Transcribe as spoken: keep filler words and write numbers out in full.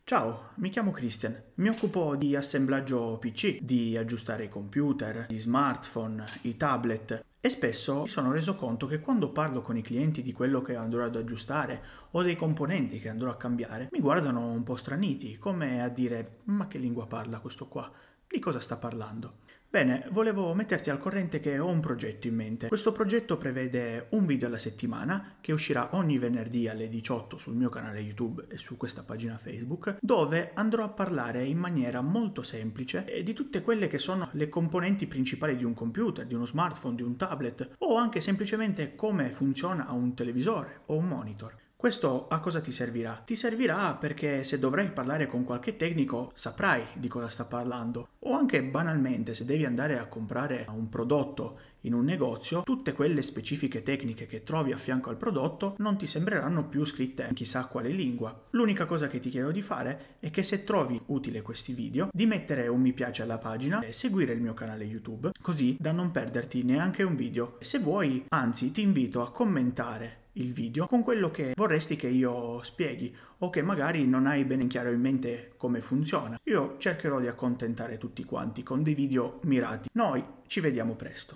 Ciao, mi chiamo Christian. Mi occupo di assemblaggio P C, di aggiustare i computer, gli smartphone, i tablet e spesso mi sono reso conto che quando parlo con i clienti di quello che andrò ad aggiustare o dei componenti che andrò a cambiare, mi guardano un po' straniti, come a dire: ma che lingua parla questo qua? Di cosa sta parlando? Bene, volevo metterti al corrente che ho un progetto in mente. Questo progetto prevede un video alla settimana che uscirà ogni venerdì alle diciotto sul mio canale YouTube e su questa pagina Facebook, dove andrò a parlare in maniera molto semplice eh, di tutte quelle che sono le componenti principali di un computer, di uno smartphone, di un tablet o anche semplicemente come funziona un televisore o un monitor. Questo a cosa ti servirà? Ti servirà perché se dovrai parlare con qualche tecnico saprai di cosa sta parlando, o anche banalmente se devi andare a comprare un prodotto in un negozio, tutte quelle specifiche tecniche che trovi a fianco al prodotto non ti sembreranno più scritte in chissà quale lingua. L'unica cosa che ti chiedo di fare è che se trovi utile questi video, di mettere un mi piace alla pagina e seguire il mio canale YouTube, così da non perderti neanche un video. Se vuoi, anzi, ti invito a commentare il video con quello che vorresti che io spieghi o che magari non hai bene chiaro in mente come funziona. Io cercherò di accontentare tutti quanti con dei video mirati. Noi ci vediamo presto.